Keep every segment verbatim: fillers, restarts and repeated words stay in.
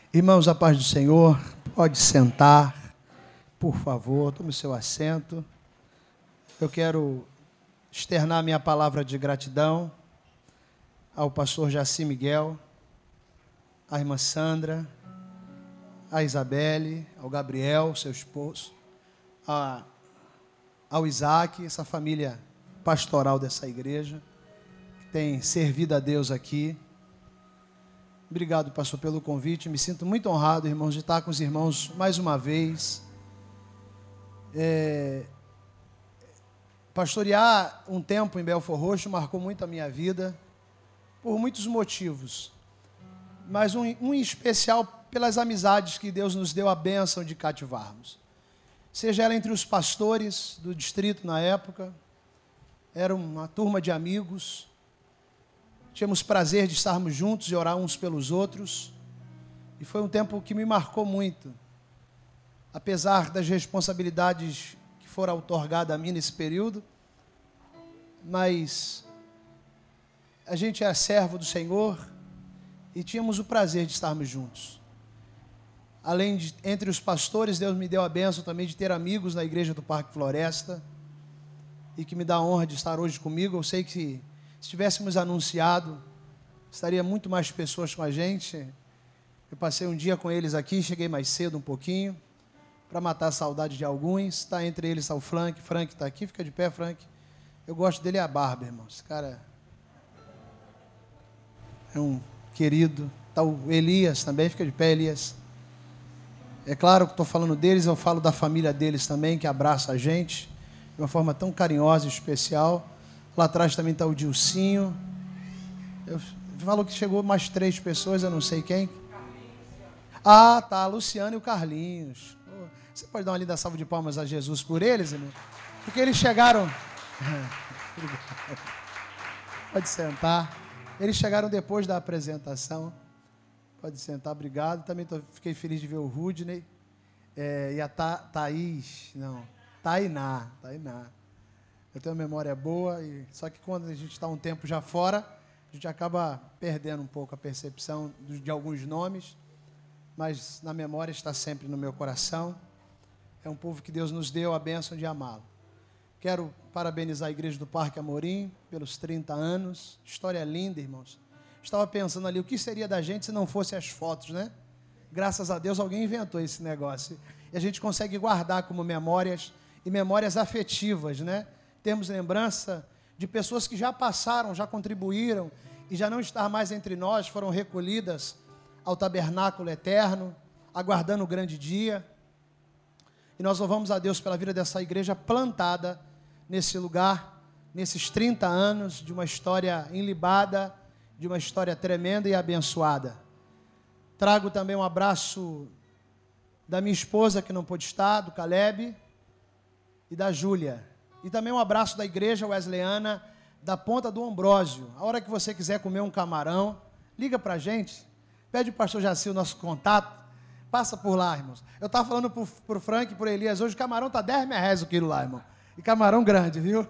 Irmãos, a paz do Senhor, pode sentar, por favor, tome o seu assento. Eu quero externar minha palavra de gratidão ao pastor Jaci Miguel, à irmã Sandra, à Isabelle, ao Gabriel, seu esposo, a, ao Isaac, essa família pastoral dessa igreja, que tem servido a Deus aqui. Obrigado, pastor, pelo convite. Me sinto muito honrado, irmãos, de estar com os irmãos mais uma vez. É, pastorear um tempo em Belford Roxo marcou muito a minha vida, por muitos motivos, mas um, um em especial pelas amizades que Deus nos deu a bênção de cativarmos. Seja ela entre os pastores do distrito na época, era uma turma de amigos. Tínhamos prazer de estarmos juntos e orar uns pelos outros. E foi um tempo que me marcou muito. Apesar das responsabilidades que foram outorgadas a mim nesse período. Mas a gente é servo do Senhor e tínhamos o prazer de estarmos juntos. Além de, entre os pastores, Deus me deu a bênção também de ter amigos na igreja do Parque Floresta. E que me dá a honra de estar hoje comigo. Eu sei que se tivéssemos anunciado, estaria muito mais pessoas com a gente. Eu passei um dia com eles aqui, cheguei mais cedo um pouquinho, para matar a saudade de alguns. Está entre eles está o Frank, Frank está aqui, fica de pé, Frank. Eu gosto dele, é a barba, irmão. Esse cara é um querido. Está o Elias também, fica de pé, Elias. É claro que estou falando deles, eu falo da família deles também, que abraça a gente, de uma forma tão carinhosa e especial. Lá atrás também está o Dilcinho. Eu falo que chegou mais três pessoas, eu não sei quem. Ah, tá, a Luciana e o Carlinhos. Você pode dar uma linda salva de palmas a Jesus por eles, irmão? Porque eles chegaram... Pode sentar. Eles chegaram depois da apresentação. Pode sentar, obrigado. Também tô, fiquei feliz de ver o Rudney. É, e a Tha, Thaís, não, Tainá, Tainá. Eu tenho uma memória boa, e só que quando a gente está um tempo já fora, a gente acaba perdendo um pouco a percepção de, de alguns nomes, mas na memória está sempre no meu coração. É um povo que Deus nos deu a bênção de amá-lo. Quero parabenizar a Igreja do Parque Amorim pelos trinta anos. História linda, irmãos. Estava pensando ali, o que seria da gente se não fosse as fotos, né? Graças a Deus alguém inventou esse negócio. E a gente consegue guardar como memórias, e memórias afetivas, né? Temos lembrança de pessoas que já passaram, já contribuíram e já não estão mais entre nós, foram recolhidas ao tabernáculo eterno, aguardando o grande dia. E nós louvamos a Deus pela vida dessa igreja plantada nesse lugar, nesses trinta anos de uma história enlibada, de uma história tremenda e abençoada. Trago também um abraço da minha esposa, que não pôde estar, do Caleb, e da Júlia. E também um abraço da igreja wesleyana da Ponta do Ambrósio. A hora que você quiser comer um camarão, liga para a gente, pede o pastor Jaci o nosso contato, passa por lá, irmãos. Eu estava falando para o Frank e para o Elias, hoje o camarão está dez reais o quilo lá, irmão. E camarão grande, viu?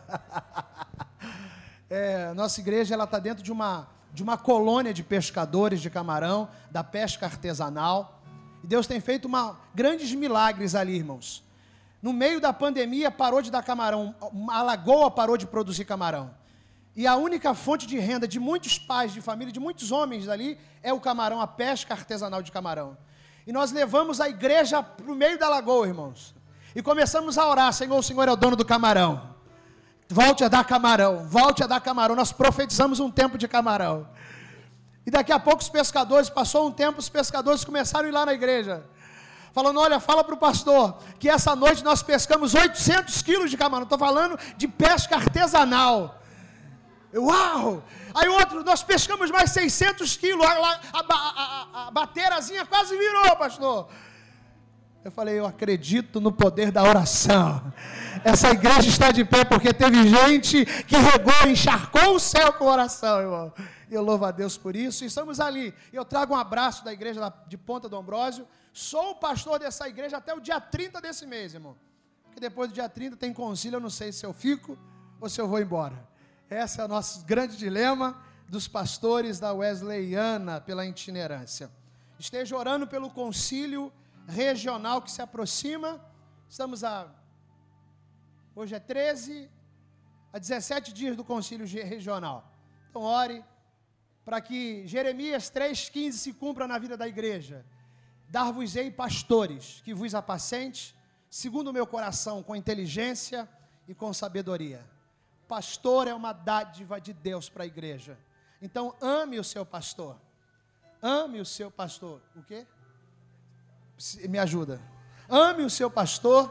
É, nossa igreja está dentro de uma, de uma colônia de pescadores de camarão, da pesca artesanal. E Deus tem feito uma, grandes milagres ali, irmãos. No meio da pandemia, parou de dar camarão, a lagoa parou de produzir camarão. E a única fonte de renda de muitos pais de família, de muitos homens ali, é o camarão, a pesca artesanal de camarão. E nós levamos a igreja para o meio da lagoa, irmãos. E começamos a orar, Senhor, o Senhor é o dono do camarão. Volte a dar camarão, volte a dar camarão. Nós profetizamos um tempo de camarão. E daqui a pouco os pescadores, passou um tempo, os pescadores começaram a ir lá na igreja. Falando, olha, fala para o pastor, que essa noite nós pescamos oitocentos quilos de camarão. Estou falando de pesca artesanal. Uau! Aí outro, nós pescamos mais seiscentos quilos. A, a, a, a, a bateirazinha quase virou, pastor. Eu falei, eu acredito no poder da oração. Essa igreja está de pé porque teve gente que regou, encharcou o céu com oração, irmão. E eu louvo a Deus por isso. E estamos ali. Eu trago um abraço da igreja de Ponta do Ambrósio. Sou o pastor dessa igreja até o dia trinta desse mês, irmão. Porque depois do dia trinta tem concílio, eu não sei se eu fico ou se eu vou embora. Esse é o nosso grande dilema dos pastores da Wesleyana pela itinerância. esteja orando pelo concílio regional que se aproxima. Estamos a... Hoje é treze, a dezessete dias do concílio regional. Então ore para que Jeremias três, quinze se cumpra na vida da igreja. Dar-vos-ei pastores, que vos apacente, segundo o meu coração, com inteligência e com sabedoria. Pastor é uma dádiva de Deus para a igreja. Então ame o seu pastor. Ame o seu pastor. O quê? Me ajuda. Ame o seu pastor.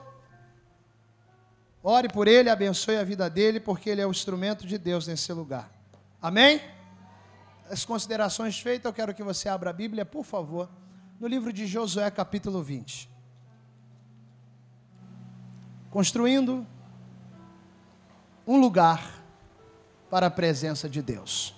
Ore por ele, abençoe a vida dele, porque ele é o instrumento de Deus nesse lugar. Amém? As considerações feitas, eu quero que você abra a Bíblia, por favor, no livro de Josué, capítulo vinte. Construindo um lugar para a presença de Deus.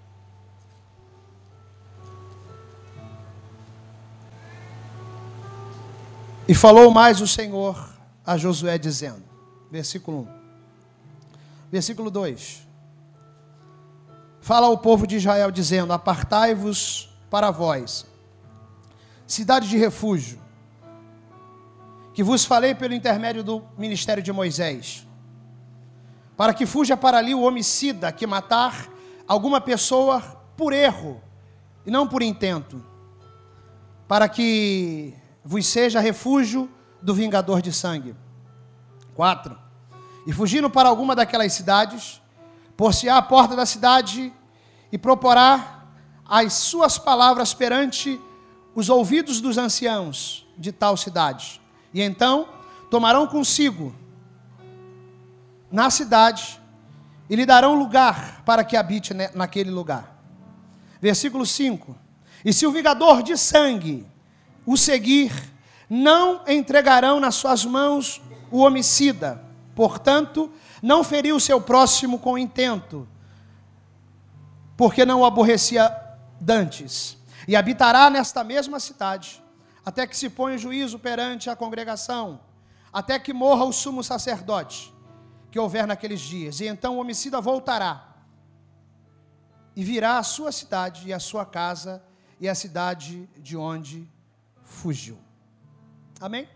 E falou mais o Senhor a Josué, dizendo, versículo um, versículo dois, fala ao povo de Israel, dizendo, apartai-vos para vós, cidade de refúgio, que vos falei pelo intermédio do ministério de Moisés, para que fuja para ali o homicida que matar alguma pessoa por erro, e não por intento, para que vos seja refúgio do vingador de sangue. quatro. E fugindo para alguma daquelas cidades, por-se-á a porta da cidade e proporá as suas palavras perante os ouvidos dos anciãos de tal cidade. E então tomarão consigo na cidade e lhe darão lugar para que habite naquele lugar. Versículo cinco. E se o vingador de sangue o seguir, não entregarão nas suas mãos o homicida, portanto, não feriu o seu próximo com intento, porque não o aborrecia dantes, e habitará nesta mesma cidade, até que se ponha juízo perante a congregação, até que morra o sumo sacerdote, que houver naqueles dias, e então o homicida voltará, e virá à sua cidade, e à sua casa, e à cidade de onde fugiu. Amém?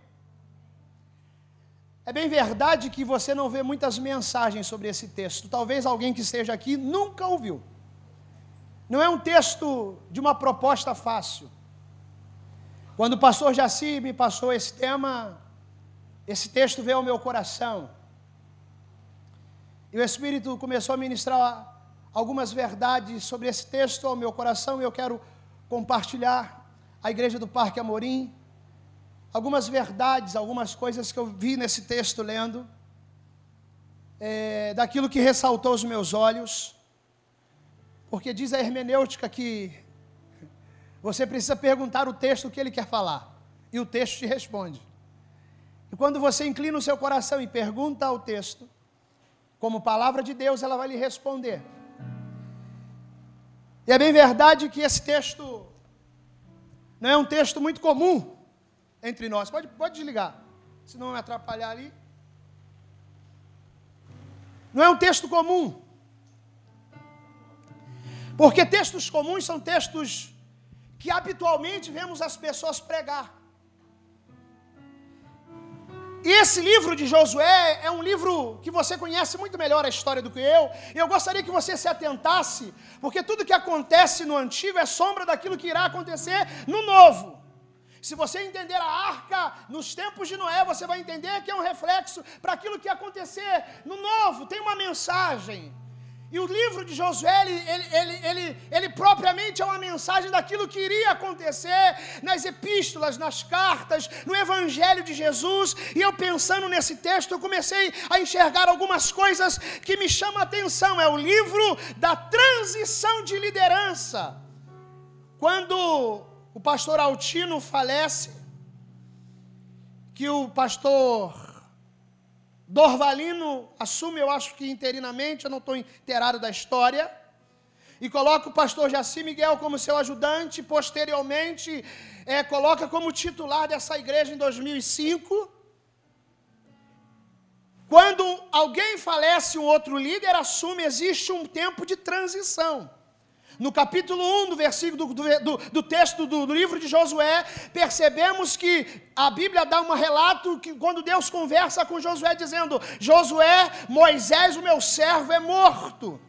É bem verdade que você não vê muitas mensagens sobre esse texto. Talvez alguém que esteja aqui nunca ouviu. Não é um texto de uma proposta fácil. Quando o pastor Jaci me passou esse tema, esse texto veio ao meu coração. E o Espírito começou a ministrar algumas verdades sobre esse texto ao meu coração, e eu quero compartilhar a igreja do Parque Amorim, algumas verdades, algumas coisas que eu vi nesse texto lendo, é, daquilo que ressaltou os meus olhos, porque diz a hermenêutica que você precisa perguntar o texto o que ele quer falar, e o texto te responde. E quando você inclina o seu coração e pergunta ao texto, como palavra de Deus, ela vai lhe responder. E é bem verdade que esse texto não é um texto muito comum entre nós. Pode, pode desligar, se não me atrapalhar ali. Não é um texto comum. Porque textos comuns são textos que habitualmente vemos as pessoas pregar. E esse livro de Josué é um livro que você conhece muito melhor a história do que eu. E eu gostaria que você se atentasse, porque tudo que acontece no antigo é sombra daquilo que irá acontecer no novo. Se você entender a arca nos tempos de Noé, você vai entender que é um reflexo para aquilo que ia acontecer no novo. Tem uma mensagem. E o livro de Josué, ele, ele, ele, ele, ele propriamente é uma mensagem daquilo que iria acontecer nas epístolas, nas cartas, no evangelho de Jesus. E eu pensando nesse texto, eu comecei a enxergar algumas coisas que me chamam a atenção. É o livro da transição de liderança. Quando o pastor Altino falece, que o pastor Dorvalino assume, eu acho que interinamente, eu não estou inteirado da história, e coloca o pastor Jaci Miguel como seu ajudante, posteriormente é, coloca como titular dessa igreja em dois mil e cinco. Quando alguém falece, um outro líder assume, existe um tempo de transição. No capítulo um do versículo do, do, do texto do, do livro de Josué, percebemos que a Bíblia dá um relato que quando Deus conversa com Josué dizendo: Josué, Moisés, o meu servo, é morto.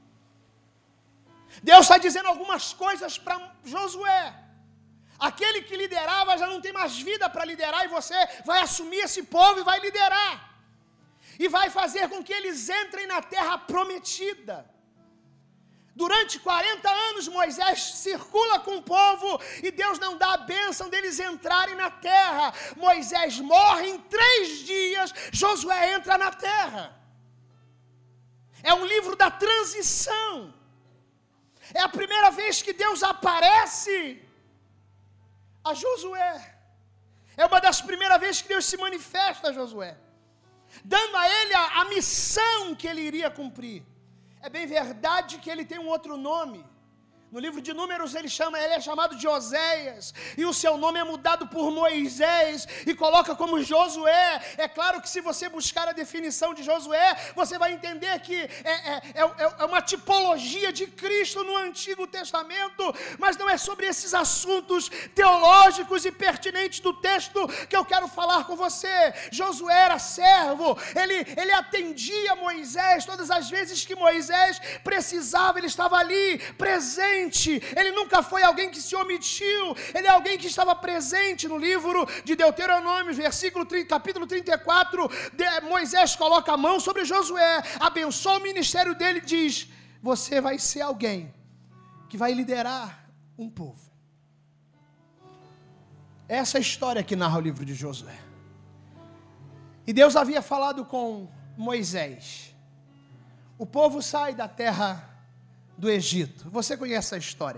Deus está dizendo algumas coisas para Josué. Aquele que liderava já não tem mais vida para liderar, e você vai assumir esse povo e vai liderar. E vai fazer com que eles entrem na terra prometida. Durante quarenta anos Moisés circula com o povo e Deus não dá a bênção deles entrarem na terra. Moisés morre em três dias, Josué entra na terra. É um livro da transição. É a primeira vez que Deus aparece a Josué. É uma das primeiras vezes que Deus se manifesta a Josué, dando a ele a, a missão que ele iria cumprir. É bem verdade que ele tem um outro nome. No livro de Números ele, chama, ele é chamado de Oséias, e o seu nome é mudado por Moisés, e coloca como Josué. É claro que se você buscar a definição de Josué, você vai entender que é, é, é, é uma tipologia de Cristo no Antigo Testamento, mas não é sobre esses assuntos teológicos e pertinentes do texto que eu quero falar com você. Josué era servo, ele, ele atendia Moisés, todas as vezes que Moisés precisava, ele estava ali, presente. Ele nunca foi alguém que se omitiu, ele é alguém que estava presente. No livro de Deuteronômio, versículo trinta, capítulo trinta e quatro, de, Moisés coloca a mão sobre Josué, abençoa o ministério dele e diz: você vai ser alguém que vai liderar um povo. Essa é a história que narra o livro de Josué. E Deus havia falado com Moisés: o povo sai da terra do Egito. Você conhece a história.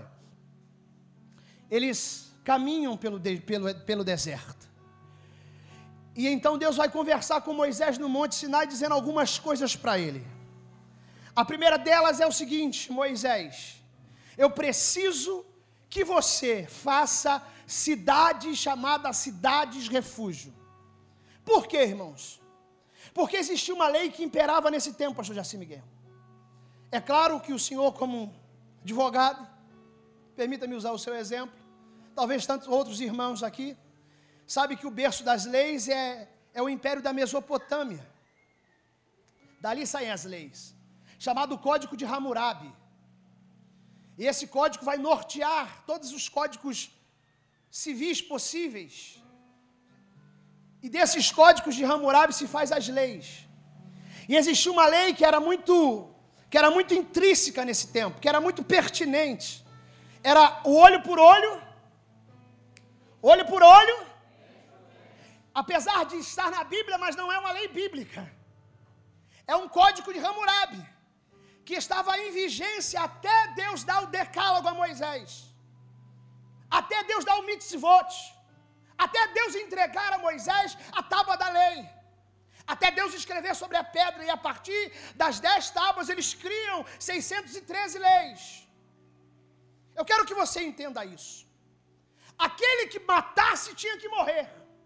Eles caminham pelo, pelo, pelo deserto. E então Deus vai conversar com Moisés no Monte Sinai, dizendo algumas coisas para ele. A primeira delas é o seguinte: Moisés, eu preciso que você faça cidades chamadas cidades refúgio. Por quê, irmãos? Porque existia uma lei que imperava nesse tempo, pastor Jaci Miguel. É claro que o senhor, como advogado, permita-me usar o seu exemplo, talvez tantos outros irmãos aqui, sabe que o berço das leis é, é o Império da Mesopotâmia. Dali saem as leis, chamado Código de Hammurabi. E esse código vai nortear todos os códigos civis possíveis. E desses códigos de Hammurabi se faz as leis. E existia uma lei que era muito... que era muito intrínseca nesse tempo, que era muito pertinente. Era o olho por olho, olho por olho, apesar de estar na Bíblia, mas não é uma lei bíblica. É um código de Hammurabi, que estava em vigência até Deus dar o decálogo a Moisés, até Deus dar o mitzvot, até Deus entregar a Moisés a tábua da lei. Até Deus escrever sobre a pedra, e a partir das dez tábuas eles criam seiscentas e treze leis. Eu quero que você entenda isso. Aquele que matasse tinha que morrer,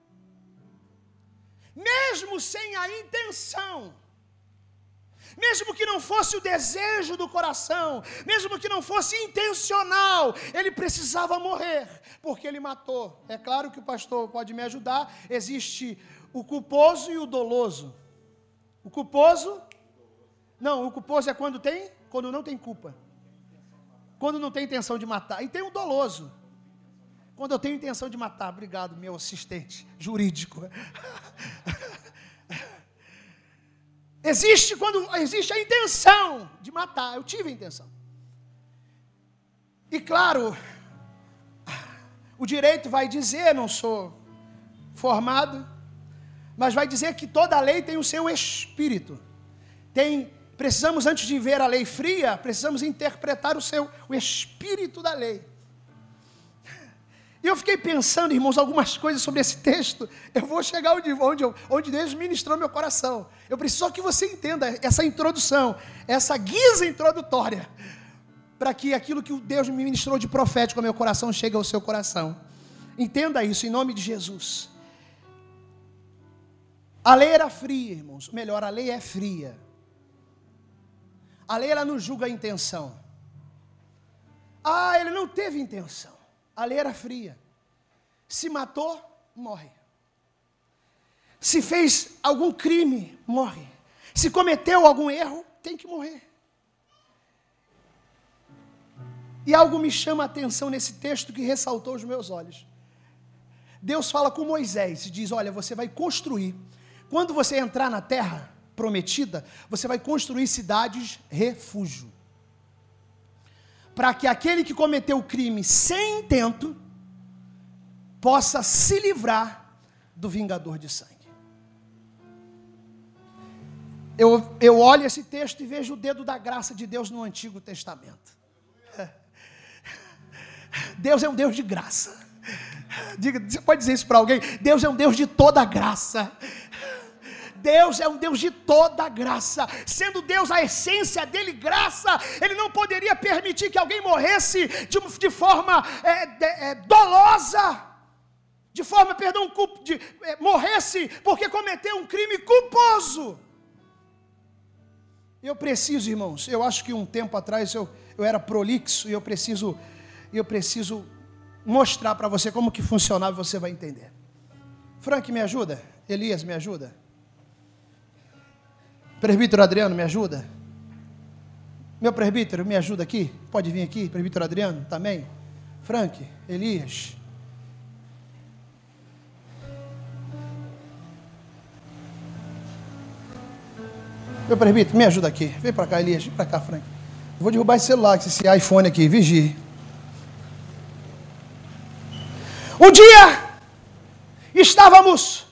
mesmo sem a intenção, mesmo que não fosse o desejo do coração, mesmo que não fosse intencional, ele precisava morrer, porque ele matou. É claro que o pastor pode me ajudar. Existe o culposo e o doloso. O culposo, não, o culposo é quando tem, quando não tem culpa, quando não tem intenção de matar. E tem o doloso, quando eu tenho intenção de matar. Obrigado, meu assistente jurídico. Existe quando existe a intenção de matar. Eu tive a intenção. E claro, o direito vai dizer, não sou formado, mas vai dizer que toda a lei tem o seu espírito. Tem, precisamos, antes de ver a lei fria, precisamos interpretar o seu, o espírito da lei. E eu fiquei pensando, irmãos, algumas coisas sobre esse texto. Eu vou chegar onde, onde, eu, onde Deus ministrou meu coração. Eu preciso só que você entenda essa introdução, essa guisa introdutória, para que aquilo que Deus me ministrou de profético ao meu coração chegue ao seu coração. Entenda isso, em nome de Jesus. A lei era fria, irmãos. Melhor, a lei é fria. A lei, ela não julga a intenção. Ah, ele não teve intenção. A lei era fria. Se matou, morre. Se fez algum crime, morre. Se cometeu algum erro, tem que morrer. E algo me chama a atenção nesse texto que ressaltou os meus olhos. Deus fala com Moisés e diz, olha, você vai construir, quando você entrar na terra prometida, você vai construir cidades refúgio. Para que aquele que cometeu o crime sem intento, possa se livrar do vingador de sangue. Eu, eu olho esse texto e vejo o dedo da graça de Deus no Antigo Testamento. Deus é um Deus de graça. Diga, você pode dizer isso para alguém? Deus é um Deus de toda graça. Deus é um Deus de toda graça. Sendo Deus a essência dele, graça, ele não poderia permitir que alguém morresse de, de forma é, de, é, dolosa. De forma, perdão, de, é, morresse porque cometeu um crime culposo. Eu preciso, irmãos, eu acho que um tempo atrás eu, eu era prolixo e eu preciso, eu preciso mostrar para você como que funcionava e você vai entender. Frank, me ajuda? Elias, me ajuda? Presbítero Adriano, me ajuda? Meu presbítero, me ajuda aqui? Pode vir aqui, presbítero Adriano, também? Frank, Elias. Meu presbítero, me ajuda aqui. Vem para cá, Elias. Vem para cá, Frank. Eu vou derrubar esse celular, esse iPhone aqui. Vigie. Um dia, estávamos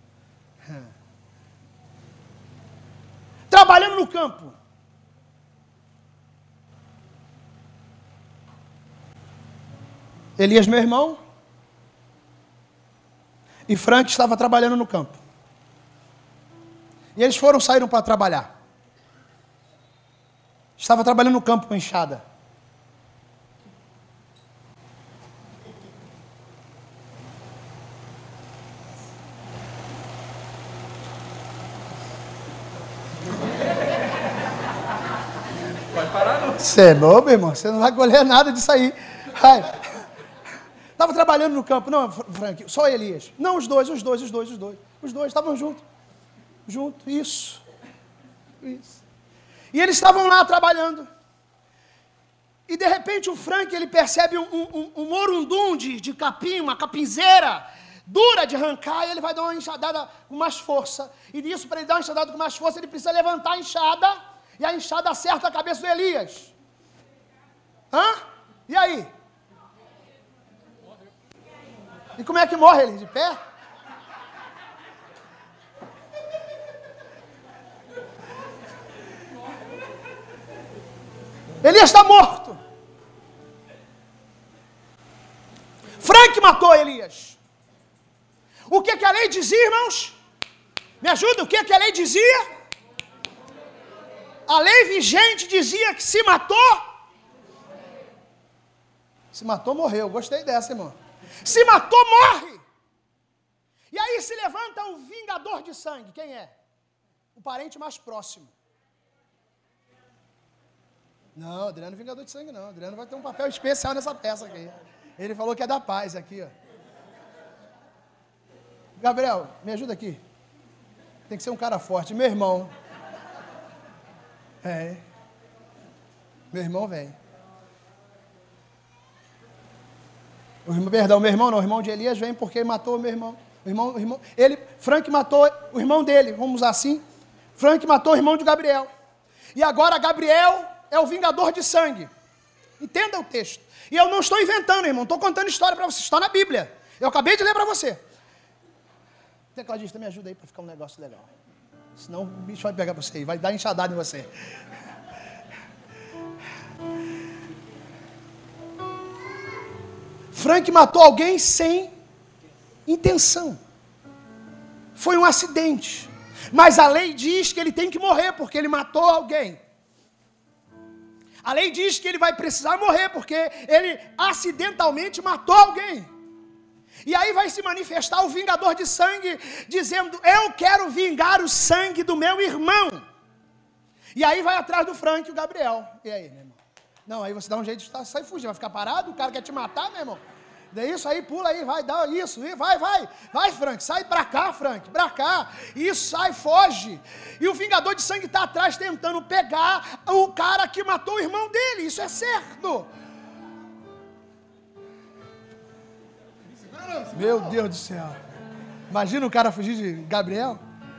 trabalhando no campo. Elias, meu irmão, e Frank estava trabalhando no campo. E eles foram, saíram para trabalhar. Estava trabalhando no campo com enxada. Vai parar não. Você é bobo, irmão? Você não vai colher nada disso aí. Estava trabalhando no campo. Não, Frank, só Elias. Não, os dois, os dois, os dois, os dois. Os dois estavam juntos. Junto, isso, isso. E eles estavam lá trabalhando. E de repente o Frank, ele percebe um, um, um morundum de, de capim, uma capinzeira dura de arrancar, e ele vai dar uma enxadada com mais força. E nisso, para ele dar uma enxadada com mais força, ele precisa levantar a enxada, e a enxada acerta a cabeça do Elias. Hã? E aí? E como é que morre ele? De pé? Elias está morto. Frank matou Elias. O que, que a lei dizia, irmãos? Me ajuda, o que, que a lei dizia? A lei vigente dizia que se matou. Se matou, morreu. Gostei dessa, irmão. Se matou, morre. E aí se levanta o vingador de sangue. Quem é? O parente mais próximo. Não, Adriano é vingador de sangue não. Adriano vai ter um papel especial nessa peça aqui. Ele falou que é da paz aqui, ó. Gabriel, me ajuda aqui. Tem que ser um cara forte. Meu irmão. É. Meu irmão vem. O irmão, perdão, meu irmão não. O irmão de Elias vem porque ele matou o meu irmão. O irmão, o irmão ele, Frank matou o irmão dele. Vamos usar assim. Frank matou o irmão de Gabriel. E agora Gabriel é o vingador de sangue. Entenda o texto. E eu não estou inventando, irmão. Estou contando história para você. Está na Bíblia. Eu acabei de ler para você. Tecladista, me ajuda aí para ficar um negócio legal. Senão o bicho vai pegar você aí. Vai dar enxadada em você. Frank matou alguém sem intenção. Foi um acidente. Mas a lei diz que ele tem que morrer porque ele matou alguém. A lei diz que ele vai precisar morrer porque ele acidentalmente matou alguém. E aí vai se manifestar o vingador de sangue dizendo, eu quero vingar o sangue do meu irmão. E aí vai atrás do Frank e o Gabriel. E aí, meu irmão? Não, aí você dá um jeito de sair fugindo. Vai ficar parado? O cara quer te matar, meu irmão? É isso aí, pula aí, vai, dá isso, vai, vai, vai, Frank, sai pra cá, Frank, pra cá, isso, sai, foge. E o vingador de sangue está atrás tentando pegar o cara que matou o irmão dele, isso é certo. Meu Deus do céu, imagina o cara fugir de Gabriel.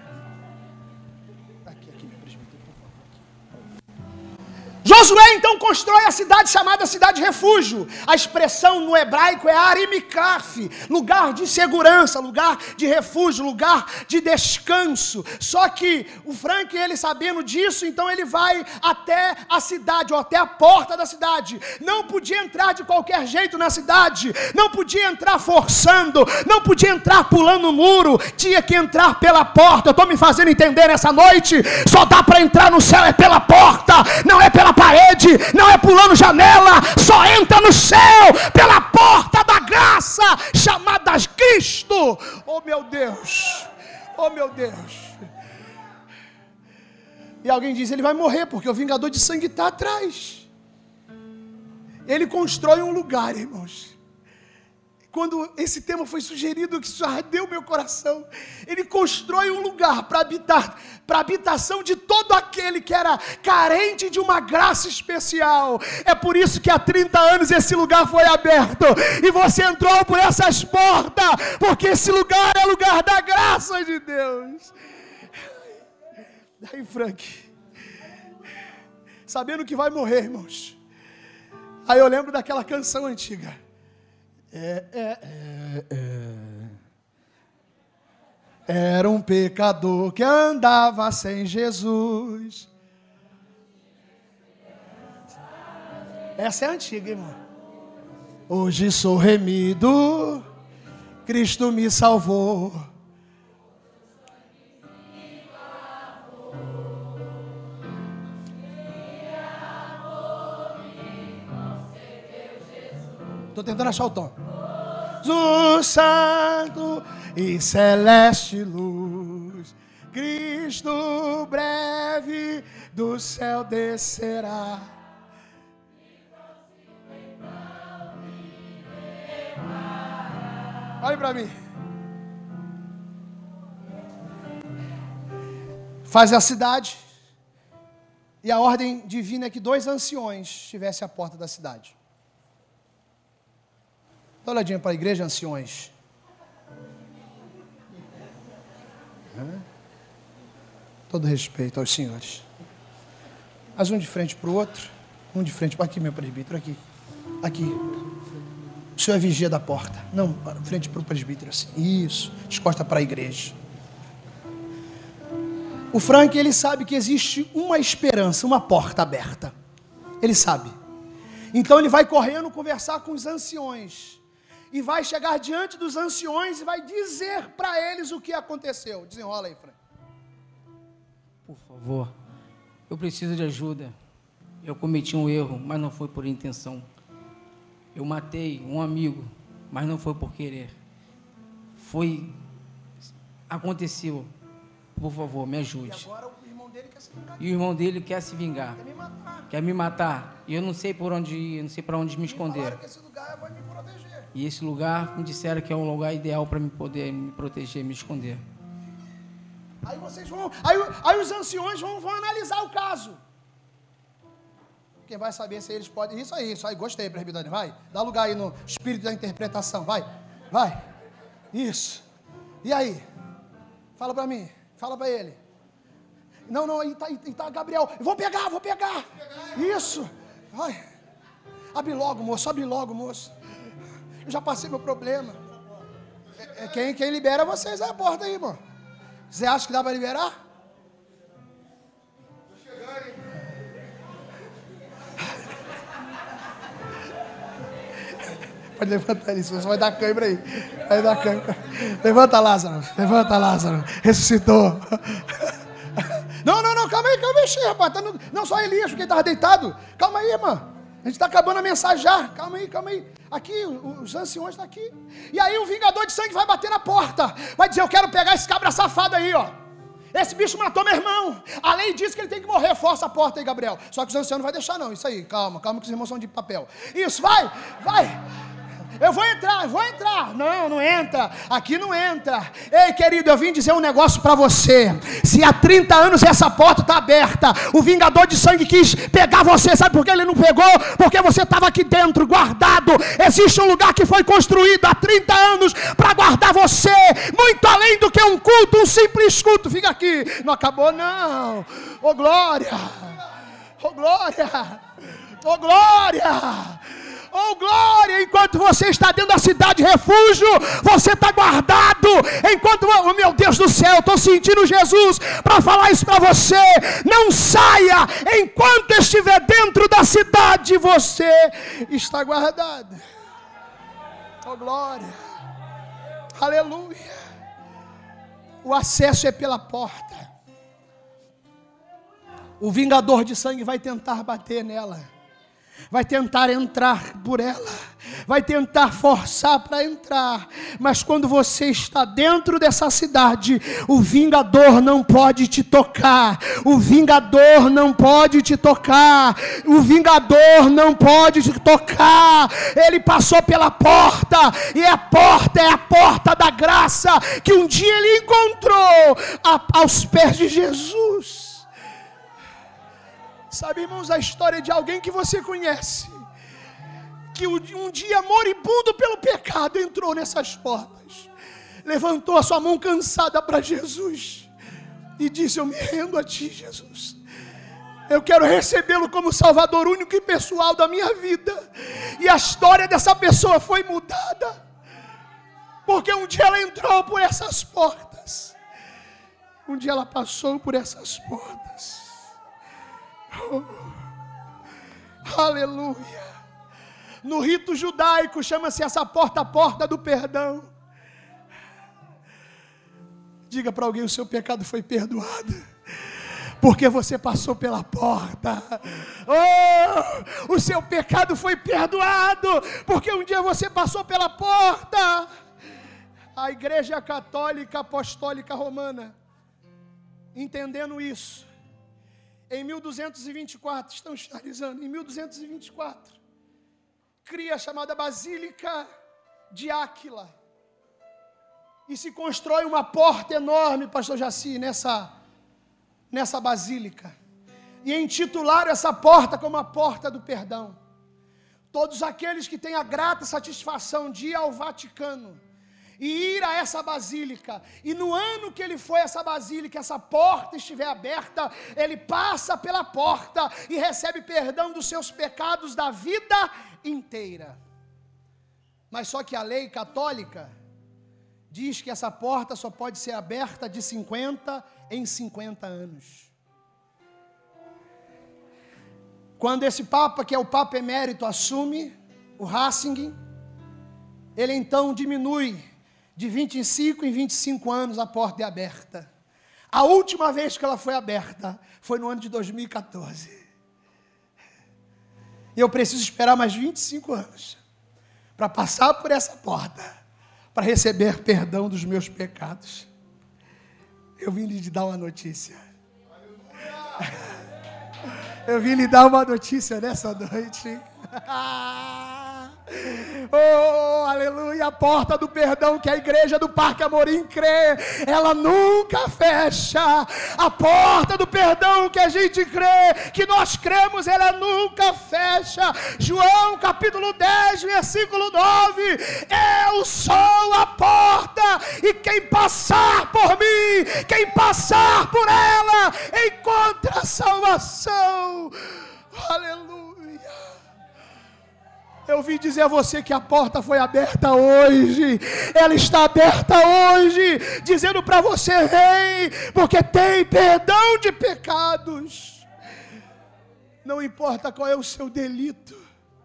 Josué então constrói a cidade chamada Cidade Refúgio. A expressão no hebraico é Arimikaf, lugar de segurança, lugar de refúgio, lugar de descanso. Só que o Frank, ele sabendo disso, então ele vai até a cidade, ou até a porta da cidade. Não podia entrar de qualquer jeito na cidade, não podia entrar forçando, não podia entrar pulando o muro, tinha que entrar pela porta. Eu estou me fazendo entender nessa noite, só dá para entrar no céu é pela porta, não é pela parede, não é pulando janela, só entra no céu pela porta da graça chamada Cristo. Oh meu Deus, oh meu Deus. E alguém diz, ele vai morrer porque o vingador de sangue está atrás. Ele constrói um lugar, irmãos. Quando esse tema foi sugerido, que isso ardeu meu coração, ele constrói um lugar para habitar, para a habitação de todo aquele que era carente de uma graça especial. É por isso que há trinta anos esse lugar foi aberto, e você entrou por essas portas, porque esse lugar é lugar da graça de Deus. Daí, Frank, sabendo que vai morrer, irmãos, aí eu lembro daquela canção antiga. É, é, é, é. Era um pecador que andava sem Jesus. Essa é antiga, irmão. Hoje sou remido, Cristo me salvou. Estou tentando achar o tom. Do santo e celeste luz, Cristo breve do céu descerá. Olhe para mim. Faz a cidade, e a ordem divina é que dois anciões estivessem à porta da cidade. Dá uma olhadinha para a igreja, anciões. É. Todo respeito aos senhores. Mas um de frente para o outro. Um de frente para aqui, meu presbítero, aqui. Aqui. O senhor é vigia da porta. Não, frente para o presbítero, assim. Isso. Descosta para a igreja. O Frank, ele sabe que existe uma esperança, uma porta aberta. Ele sabe. Então ele vai correndo conversar com os anciões. E vai chegar diante dos anciões e vai dizer para eles o que aconteceu. Desenrola aí, Frank. Por favor, eu preciso de ajuda. Eu cometi um erro, mas não foi por intenção. Eu matei um amigo, mas não foi por querer. Foi... Aconteceu. Por favor, me ajude. E agora o irmão dele quer se vingar. E o irmão dele quer se vingar. Quer me matar. Quer me matar. E eu não sei por onde ir, eu não sei para onde me esconder. Falaram que esse lugar vai me proteger. E esse lugar me disseram que é um lugar ideal para me poder me proteger, me esconder. Aí vocês vão, aí, aí os anciões vão, vão analisar o caso. Quem vai saber se eles podem. Isso aí, isso aí, gostei, presbítero. Vai, dá lugar aí no espírito da interpretação. Vai, vai. Isso. E aí? Fala para mim, fala para ele. Não, não, aí tá, aí tá Gabriel. Vou pegar, vou pegar. Isso. Vai. Abre logo, moço, abre logo, moço. Eu já passei meu problema. É, é quem, quem libera vocês é a porta aí, irmão. Você acha que dá para liberar? Pode levantar isso, você vai dar cãibra aí. Vai dar cãibra. Levanta, Lázaro. Levanta, Lázaro. Ressuscitou. Não, não, não, calma aí, calma aí, rapaz. Tá no... Não, só Elias, porque ele estava deitado. Calma aí, irmão. A gente está acabando a mensagem já. Calma aí, calma aí. Aqui, os anciões estão aqui. E aí o vingador de sangue vai bater na porta. Vai dizer, eu quero pegar esse cabra safado aí, ó. Esse bicho matou meu irmão. A lei diz que ele tem que morrer. Força a porta aí, Gabriel. Só que os anciãos não vai deixar não. Isso aí, calma, calma que os irmãos são de papel. Isso, vai, vai. Eu vou entrar, eu vou entrar. Não, não entra. Aqui não entra. Ei, querido, eu vim dizer um negócio para você. Se há trinta anos essa porta está aberta, o vingador de sangue quis pegar você. Sabe por que ele não pegou? Porque você estava aqui dentro, guardado. Existe um lugar que foi construído há trinta anos para guardar você. Muito além do que um culto, um simples culto. Fica aqui. Não acabou, não. Ô, glória. Ô, glória. Ô, glória. Oh, glória, enquanto você está dentro da cidade refúgio, você está guardado, enquanto, oh meu Deus do céu, estou sentindo Jesus para falar isso para você, não saia, enquanto estiver dentro da cidade, você está guardado. Oh, glória, aleluia, o acesso é pela porta, o vingador de sangue vai tentar bater nela, vai tentar entrar por ela, vai tentar forçar para entrar, mas quando você está dentro dessa cidade, o vingador não pode te tocar, o vingador não pode te tocar, o vingador não pode te tocar, ele passou pela porta, e a porta é a porta da graça, que um dia ele encontrou a, aos pés de Jesus. Sabe, irmãos, a história de alguém que você conhece, que um dia moribundo pelo pecado entrou nessas portas, levantou a sua mão cansada para Jesus e disse: eu me rendo a ti, Jesus, eu quero recebê-lo como Salvador único e pessoal da minha vida. E a história dessa pessoa foi mudada, porque um dia ela entrou por essas portas, um dia ela passou por essas portas. Oh, aleluia. No rito judaico chama-se essa porta a porta do perdão. Diga para alguém: o seu pecado foi perdoado, porque você passou pela porta. Oh, o seu pecado foi perdoado, porque um dia você passou pela porta. A Igreja Católica Apostólica Romana, entendendo isso, em mil duzentos e vinte e quatro, estamos finalizando, em mil duzentos e vinte e quatro, cria a chamada Basílica de Áquila, e se constrói uma porta enorme, pastor Jaci, nessa, nessa basílica, e intitularam essa porta como a porta do perdão. Todos aqueles que têm a grata satisfação de ir ao Vaticano e ir a essa basílica, e no ano que ele foi a essa basílica, essa porta estiver aberta, ele passa pela porta e recebe perdão dos seus pecados da vida inteira. Mas só que a lei católica diz que essa porta só pode ser aberta de cinquenta em cinquenta anos. Quando esse Papa, que é o Papa Emérito, assume, o Ratzinger, ele então diminui de vinte e cinco em vinte e cinco anos, a porta é aberta. A última vez que ela foi aberta foi no ano de dois mil e catorze. E eu preciso esperar mais vinte e cinco anos para passar por essa porta, para receber perdão dos meus pecados. Eu vim lhe dar uma notícia. Eu vim lhe dar uma notícia nessa noite. Oh, aleluia, a porta do perdão que a igreja do Parque Amorim crê, ela nunca fecha. A porta do perdão que a gente crê, que nós cremos, ela nunca fecha. João capítulo dez, versículo nove: eu sou a porta, e quem passar por mim, quem passar por ela, encontra salvação. Aleluia. Eu vim dizer a você que a porta foi aberta hoje, ela está aberta hoje, dizendo para você: vem, porque tem perdão de pecados. Não importa qual é o seu delito,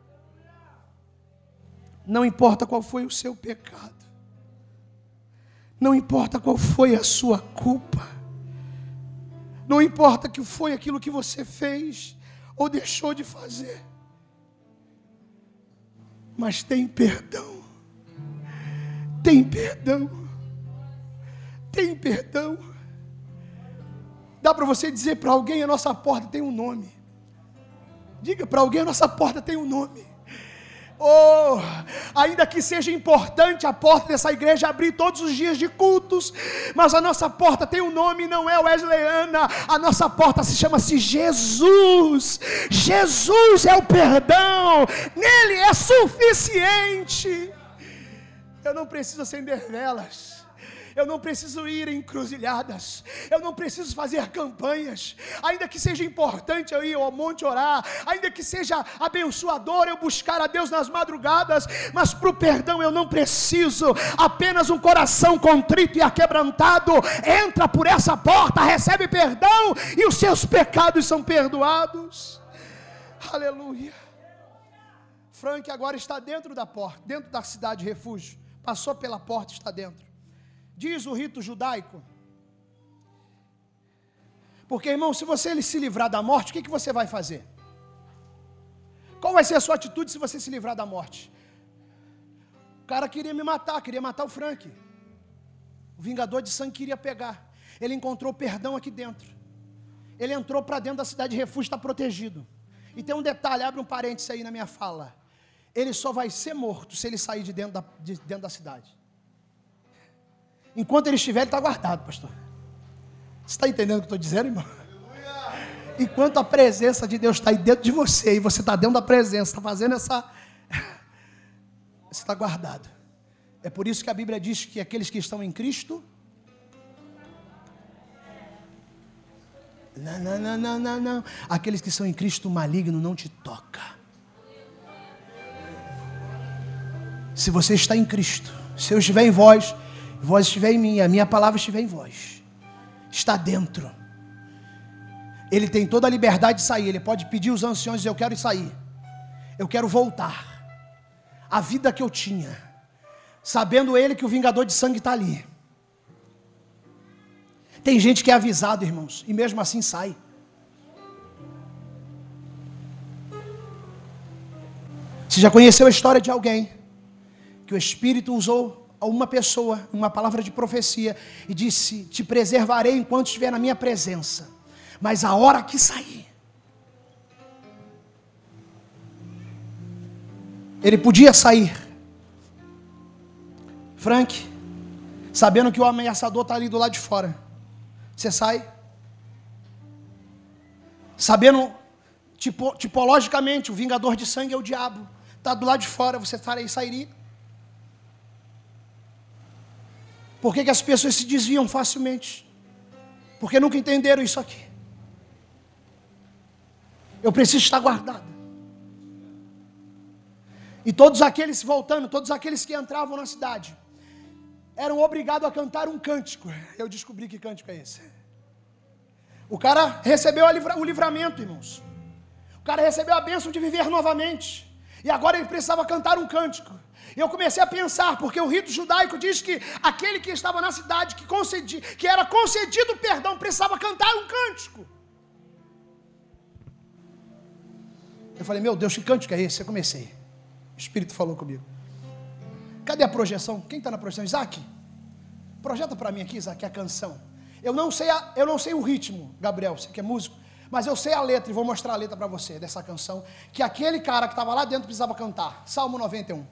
não importa qual foi o seu pecado, não importa qual foi a sua culpa, não importa que foi aquilo que você fez ou deixou de fazer, mas tem perdão, tem perdão, tem perdão. Dá para você dizer para alguém: a nossa porta tem um nome. Diga para alguém: a nossa porta tem um nome. Oh, ainda que seja importante a porta dessa igreja abrir todos os dias de cultos, mas a nossa porta tem um nome, não é Wesleyana. A nossa porta se chama-se Jesus. Jesus é o perdão, nele é suficiente. Eu não preciso acender velas, eu não preciso ir em encruzilhadas, eu não preciso fazer campanhas. Ainda que seja importante eu ir ao monte orar, ainda que seja abençoador eu buscar a Deus nas madrugadas, mas para o perdão eu não preciso. Apenas um coração contrito e aquebrantado entra por essa porta, recebe perdão e os seus pecados são perdoados. Aleluia. Frank agora está dentro da porta, dentro da cidade de refúgio, passou pela porta e está dentro. Diz o rito judaico, porque, irmão, se você se livrar da morte, o que, que você vai fazer? Qual vai ser a sua atitude se você se livrar da morte? O cara queria me matar, queria matar o Frank. O vingador de sangue queria pegar. Ele encontrou perdão aqui dentro. Ele entrou para dentro da cidade de refúgio, está protegido. E tem um detalhe, abre um parênteses aí na minha fala. Ele só vai ser morto se ele sair de dentro da, de dentro da cidade. Enquanto ele estiver, ele está guardado, pastor. Você está entendendo o que eu estou dizendo, irmão? Enquanto a presença de Deus está aí dentro de você, e você está dentro da presença, está fazendo essa... Você está guardado. É por isso que a Bíblia diz que aqueles que estão em Cristo... Não, não, não, não, não, não. Aqueles que são em Cristo, o maligno não te toca. Se você está em Cristo, se eu estiver em vós... vós estiver em mim, a minha palavra estiver em vós, está dentro. Ele tem toda a liberdade de sair. Ele pode pedir os anciões e dizer: eu quero sair, eu quero voltar a vida que eu tinha, sabendo ele que o vingador de sangue está ali. Tem gente que é avisado, irmãos, e mesmo assim sai. Você já conheceu a história de alguém que o Espírito usou a uma pessoa, uma palavra de profecia, e disse: te preservarei enquanto estiver na minha presença, mas a hora que sair, ele podia sair. Frank, sabendo que o ameaçador está ali do lado de fora, você sai, sabendo, tipo, tipologicamente, o vingador de sangue é o diabo, está do lado de fora, você sairia? Por que que as pessoas se desviam facilmente? Porque nunca entenderam isso aqui. Eu preciso estar guardado. E todos aqueles, voltando, todos aqueles que entravam na cidade, eram obrigados a cantar um cântico. Eu descobri que cântico é esse. O cara recebeu o livramento, irmãos. O cara recebeu a bênção de viver novamente. E agora ele precisava cantar um cântico. E eu comecei a pensar, porque o rito judaico diz que aquele que estava na cidade, que, concedi, que era concedido perdão, precisava cantar um cântico. Eu falei: meu Deus, que cântico é esse? Eu comecei. O Espírito falou comigo. Cadê a projeção? Quem está na projeção? Isaac? Projeta para mim aqui, Isaac, a canção. Eu não sei, a, eu não sei o ritmo, Gabriel, você que é músico, mas eu sei a letra, e vou mostrar a letra para você, dessa canção, que aquele cara que estava lá dentro precisava cantar. Salmo noventa e um.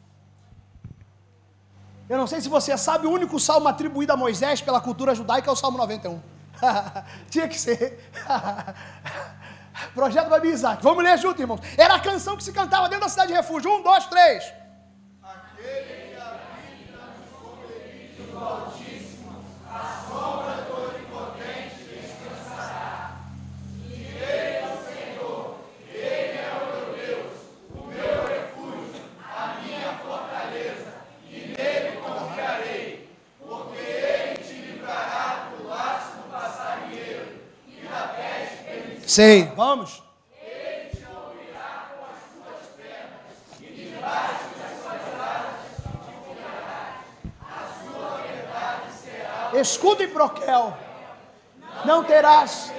Eu não sei se você sabe, o único salmo atribuído a Moisés pela cultura judaica é o Salmo noventa e um. Tinha que ser. Projeto para mim, Isaac. Vamos ler junto, irmãos. Era a canção que se cantava dentro da cidade de refúgio. Um, dois, três. Aquele que habita no esconderijo do Altíssimo, a sombra do Onipotente descansará. E Ele é o Senhor, Ele é o meu Deus, o meu refúgio, a minha fortaleza, e nele confiarei, porque Ele te livrará do laço do passarinheiro e da peste perniciosa. Sei, vamos. Ele te cobrirá com as suas pernas, e debaixo das suas asas te cobrirá. A sua verdade será escudo e broquel. Não terás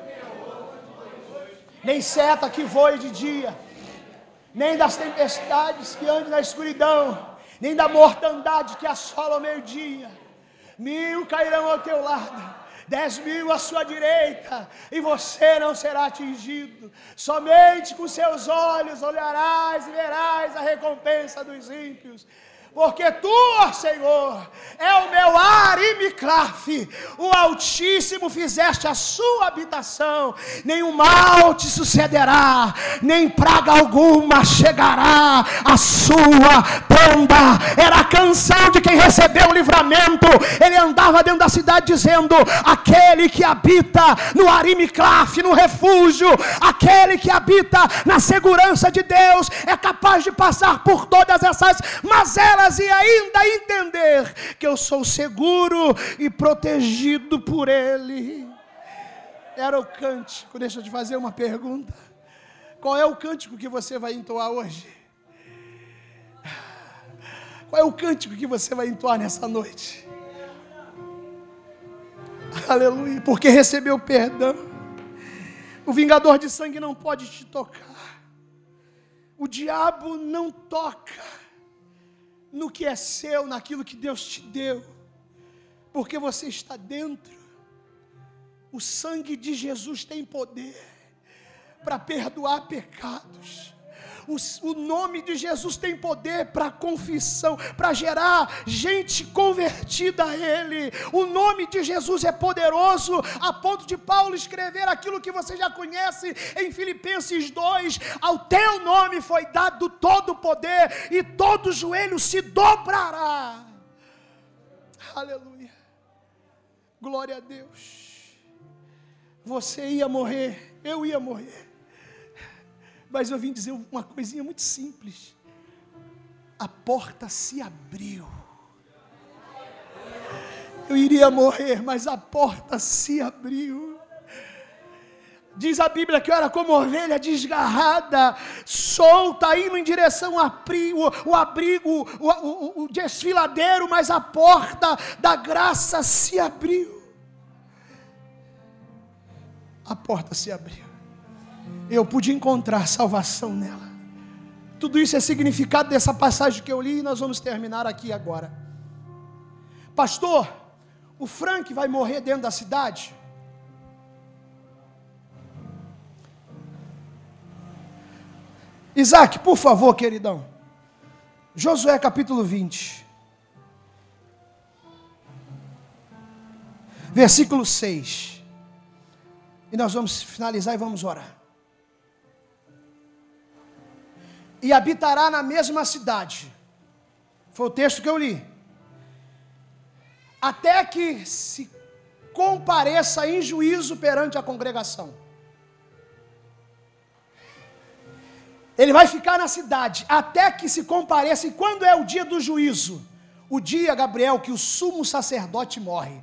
nem seta que voe de dia, nem das tempestades que andem na escuridão, nem da mortandade que assola ao meio-dia. Mil cairão ao teu lado dez mil à sua direita, e você não será atingido. Somente com seus olhos olharás e verás a recompensa dos ímpios. Porque tu, ó Senhor, é o meu Arimiclaf, o Altíssimo fizeste a sua habitação, nenhum mal te sucederá, nem praga alguma chegará à sua tenda. Era a canção de quem recebeu o livramento. Ele andava dentro da cidade dizendo: aquele que habita no Arimiclaf, no refúgio, aquele que habita na segurança de Deus, é capaz de passar por todas essas mazelas e ainda entender que eu sou seguro e protegido por Ele. Era o cântico. Deixa eu te fazer uma pergunta. Qual é o cântico que você vai entoar hoje? Qual é o cântico que você vai entoar nessa noite? Aleluia. Porque recebeu perdão. O vingador de sangue não pode te tocar. O diabo não toca no que é seu, naquilo que Deus te deu, porque você está dentro. O sangue de Jesus tem poder para perdoar pecados. O, o nome de Jesus tem poder para confissão, para gerar gente convertida a Ele. O nome de Jesus é poderoso a ponto de Paulo escrever aquilo que você já conhece em Filipenses dois: ao teu nome foi dado todo o poder e todo joelho se dobrará. Aleluia. Glória a Deus. Você ia morrer, eu ia morrer. Mas eu vim dizer uma coisinha muito simples. A porta se abriu. Eu iria morrer, mas a porta se abriu. Diz a Bíblia que eu era como ovelha desgarrada, solta, indo em direção ao abrigo, o abrigo, o, o, o desfiladeiro, mas a porta da graça se abriu. A porta se abriu. Eu pude encontrar salvação nela. Tudo isso é significado dessa passagem que eu li, e nós vamos terminar aqui agora. Pastor, o Frank vai morrer dentro da cidade? Isaac, por favor, queridão. Josué capítulo vinte. Versículo seis. E nós vamos finalizar e vamos orar. E habitará na mesma cidade. Foi o texto que eu li. Até que se compareça em juízo perante a congregação. Ele vai ficar na cidade até que se compareça. E quando é o dia do juízo? O dia, Gabriel, que o sumo sacerdote morre.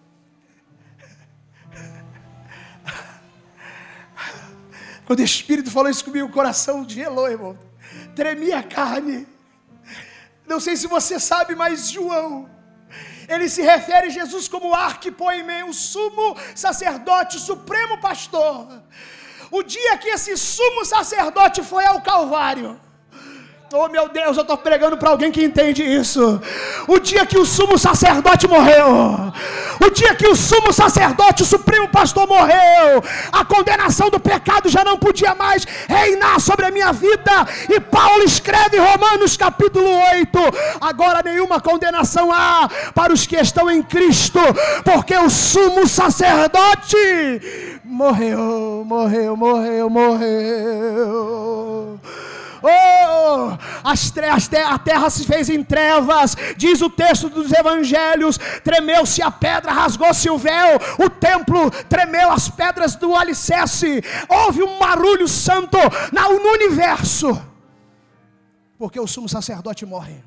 Quando o Espírito falou isso comigo, o coração gelou, irmão. Tremia a carne. Não sei se você sabe, mas João, ele se refere a Jesus como arquipoimê, o sumo sacerdote, o supremo pastor. O dia que esse sumo sacerdote foi ao Calvário, oh meu Deus, eu estou pregando para alguém que entende isso. O dia que o sumo sacerdote morreu, o dia que o sumo sacerdote, o supremo pastor morreu, a condenação do pecado já não podia mais reinar sobre a minha vida. E Paulo escreve em Romanos capítulo oito: agora nenhuma condenação há para os que estão em Cristo, porque o sumo sacerdote morreu, morreu, morreu, morreu. Oh, as as te a terra se fez em trevas, diz o texto dos evangelhos. Tremeu-se a pedra, rasgou-se o véu, o templo tremeu, as pedras do alicerce. Houve um barulho santo no universo, porque o sumo sacerdote morre.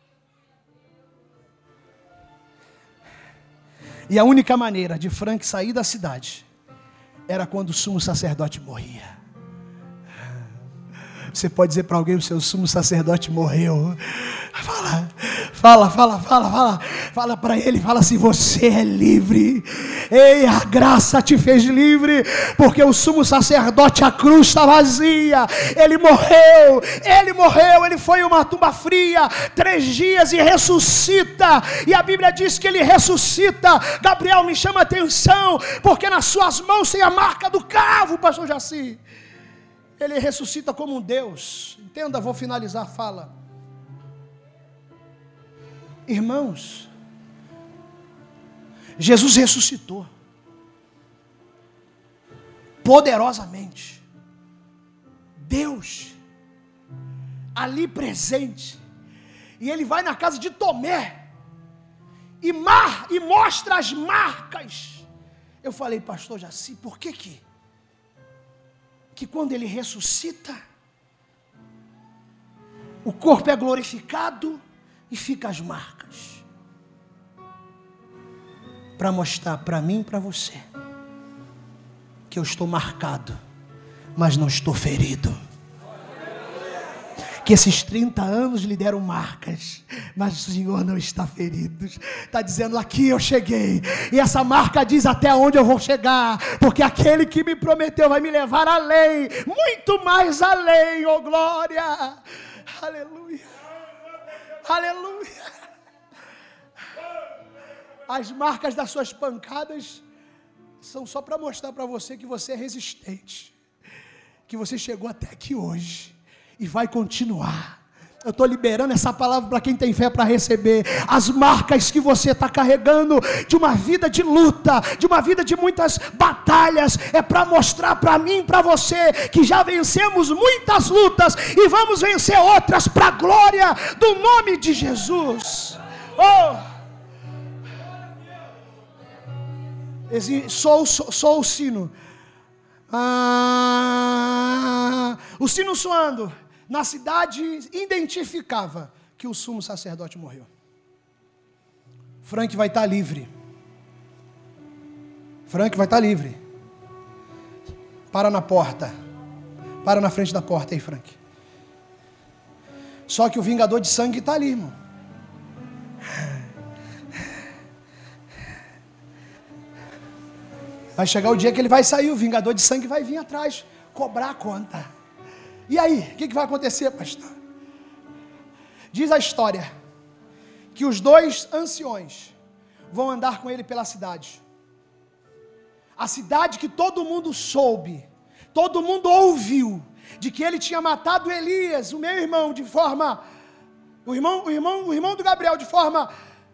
E a única maneira de Frank sair da cidade era quando o sumo sacerdote morria. Você pode dizer para alguém: o seu sumo sacerdote morreu. Fala, Fala, fala, fala, fala. Fala para ele, fala assim: você é livre. Ei, a graça te fez livre, porque o sumo sacerdote, a cruz está vazia. Ele morreu, ele morreu, ele foi em uma tumba fria, três dias e ressuscita. E a Bíblia diz que ele ressuscita. Gabriel, me chama a atenção, porque nas suas mãos tem a marca do cravo, pastor Jaci. Ele ressuscita como um Deus. Entenda, vou finalizar a fala. Irmãos, Jesus ressuscitou poderosamente. Deus ali presente. E ele vai na casa de Tomé e, mar, e mostra as marcas. Eu falei, pastor Jaci, por que que que quando ele ressuscita, o corpo é glorificado e fica as marcas? Para mostrar para mim e para você que eu estou marcado, mas não estou ferido. Que esses trinta anos lhe deram marcas, mas o Senhor não está ferido. Está dizendo, aqui eu cheguei, e essa marca diz até onde eu vou chegar, porque aquele que me prometeu vai me levar além, muito mais além, oh glória, aleluia, aleluia. As marcas das suas pancadas são só para mostrar para você que você é resistente, que você chegou até aqui hoje e vai continuar. Eu estou liberando essa palavra para quem tem fé para receber. As marcas que você está carregando de uma vida de luta, de uma vida de muitas batalhas, é para mostrar para mim e para você que já vencemos muitas lutas e vamos vencer outras para a glória do nome de Jesus. Oh! Sou, sou, sou o sino. Ah, o sino soando na cidade identificava que o sumo sacerdote morreu. Frank vai estar livre. Frank vai estar livre. Para na porta. Para na frente da porta aí, Frank. Só que o vingador de sangue está ali, irmão. Vai chegar o dia que ele vai sair, o vingador de sangue vai vir atrás, cobrar a conta. E aí, o que, que vai acontecer, pastor? Diz a história que os dois anciões vão andar com ele pela cidade. A cidade que todo mundo soube, todo mundo ouviu, de que ele tinha matado Elias, o meu irmão, de forma, o irmão, o irmão, o irmão do Gabriel, de forma,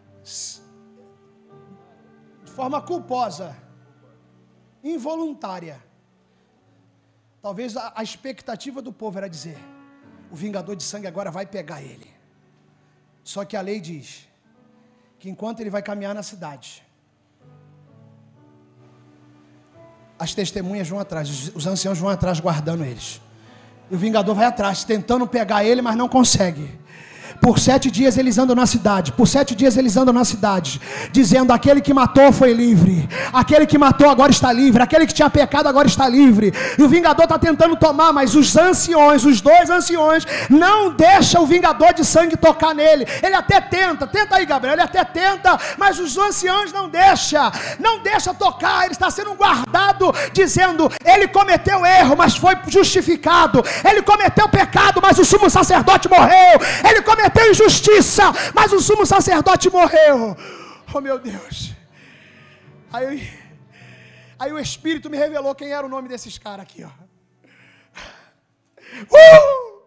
de forma culposa, involuntária. Talvez a, a expectativa do povo era dizer, o vingador de sangue agora vai pegar ele. Só que a lei diz que enquanto ele vai caminhar na cidade, as testemunhas vão atrás, os, os anciãos vão atrás guardando eles. E o vingador vai atrás, tentando pegar ele, mas não consegue. Por sete dias eles andam na cidade, por sete dias eles andam na cidade, dizendo, aquele que matou foi livre, aquele que matou agora está livre, aquele que tinha pecado agora está livre. E o vingador está tentando tomar, mas os anciões, os dois anciões, não deixam o vingador de sangue tocar nele. Ele até tenta, tenta aí, Gabriel, ele até tenta, mas os anciãos não deixam, não deixa tocar. Ele está sendo guardado, dizendo, ele cometeu erro, mas foi justificado, ele cometeu pecado, mas o sumo sacerdote morreu, ele cometeu cometeu injustiça, mas o sumo sacerdote morreu. Oh meu Deus. Aí, aí o Espírito me revelou quem era o nome desses caras aqui, ó. Uh!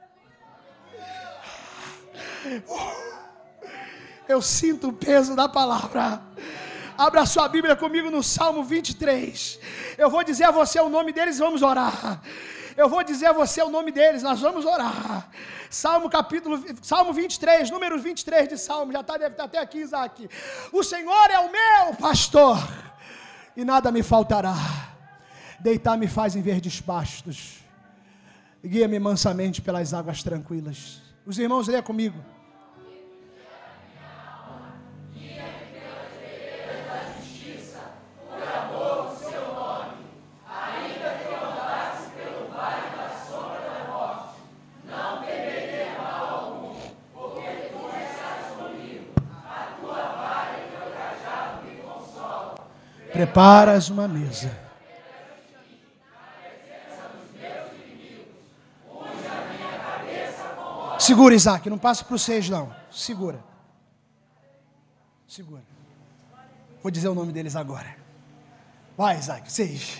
Uh! Eu sinto o peso da palavra. Abra sua Bíblia comigo no Salmo vinte e três. Eu vou dizer a você o nome deles e vamos orar. Eu vou dizer a você o nome deles, nós vamos orar. Salmo capítulo, Salmo vinte e três, número vinte e três de Salmo, já tá, deve estar até aqui, Isaac. O Senhor é o meu pastor, e nada me faltará. Deitar-me faz em verdes pastos, guia-me mansamente pelas águas tranquilas. Os irmãos, lê comigo. preparas uma mesa. Segura, Isaac, não passa para o seis, não. Segura. Segura. Vou dizer o nome deles agora. Vai, Isaac, seis.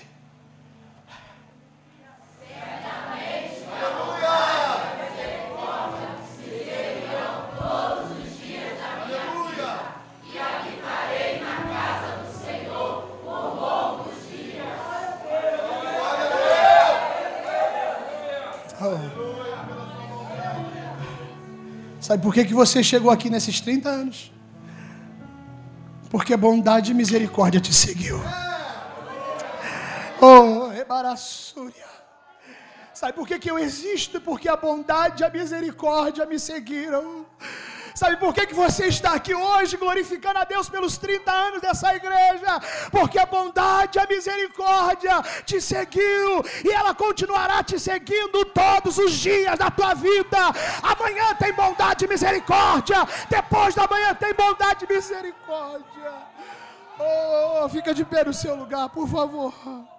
Sabe por que, que você chegou aqui nesses trinta anos? Porque a bondade e misericórdia te seguiu. Oh, rebaraçúria. Sabe por que, que eu existo? Porque a bondade e a misericórdia me seguiram. Sabe por que, que você está aqui hoje glorificando a Deus pelos trinta anos dessa igreja? Porque a bondade e a misericórdia te seguiu e ela continuará te seguindo todos os dias da tua vida. Amanhã tem bondade e misericórdia, depois da manhã tem bondade e misericórdia. Oh, fica de pé no seu lugar, por favor.